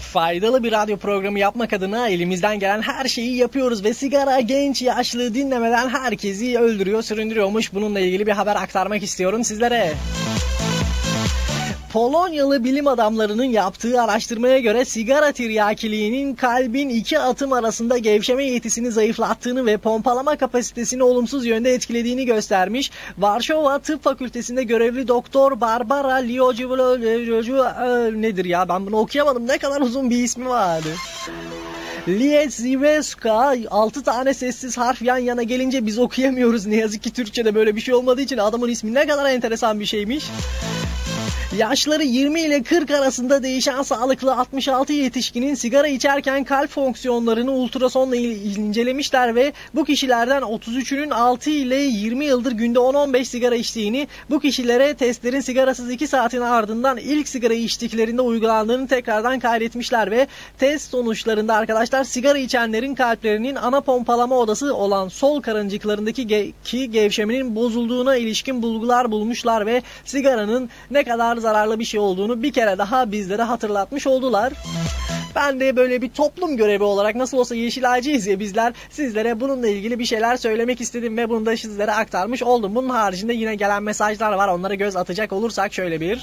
Faydalı bir radyo programı yapmak adına elimizden gelen her şeyi yapıyoruz ve sigara genç yaşlı dinlemeden herkesi öldürüyor, süründürüyormuş. Bununla ilgili bir haber aktarmak istiyorum sizlere. Polonyalı bilim adamlarının yaptığı araştırmaya göre sigara tiryakiliğinin kalbin 2 atım arasında gevşeme yetisini zayıflattığını ve pompalama kapasitesini olumsuz yönde etkilediğini göstermiş. Varşova Tıp Fakültesi'nde görevli doktor Barbara nedir ya, ben bunu okuyamadım, ne kadar uzun bir ismi vardı. Lieziveska, 6 tane sessiz harf yan yana gelince biz okuyamıyoruz. Ne yazık ki Türkçe'de böyle bir şey olmadığı için adamın ismi ne kadar enteresan bir şeymiş. Yaşları 20 ile 40 arasında değişen sağlıklı 66 yetişkinin sigara içerken kalp fonksiyonlarını ultrasonla incelemişler ve bu kişilerden 33'ünün 6 ile 20 yıldır günde 10-15 sigara içtiğini, bu kişilere testlerin sigarasız 2 saatin ardından ilk sigara içtiklerinde uygulandığını tekrardan kaydetmişler ve test sonuçlarında arkadaşlar sigara içenlerin kalplerinin ana pompalama odası olan sol karıncıklarındaki gevşemenin bozulduğuna ilişkin bulgular bulmuşlar ve sigaranın ne kadar zararlı bir şey olduğunu bir kere daha bizlere hatırlatmış oldular. Ben de böyle bir toplum görevi olarak, nasıl olsa Yeşil Ağacıyız ya bizler, sizlere bununla ilgili bir şeyler söylemek istedim ve bunu da sizlere aktarmış oldum. Bunun haricinde yine gelen mesajlar var, onlara göz atacak olursak şöyle bir...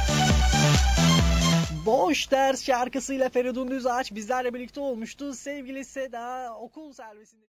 Boş Ders şarkısıyla Feridun Düzağaç bizlerle birlikte olmuştu. Sevgili Seda, okul servisinde...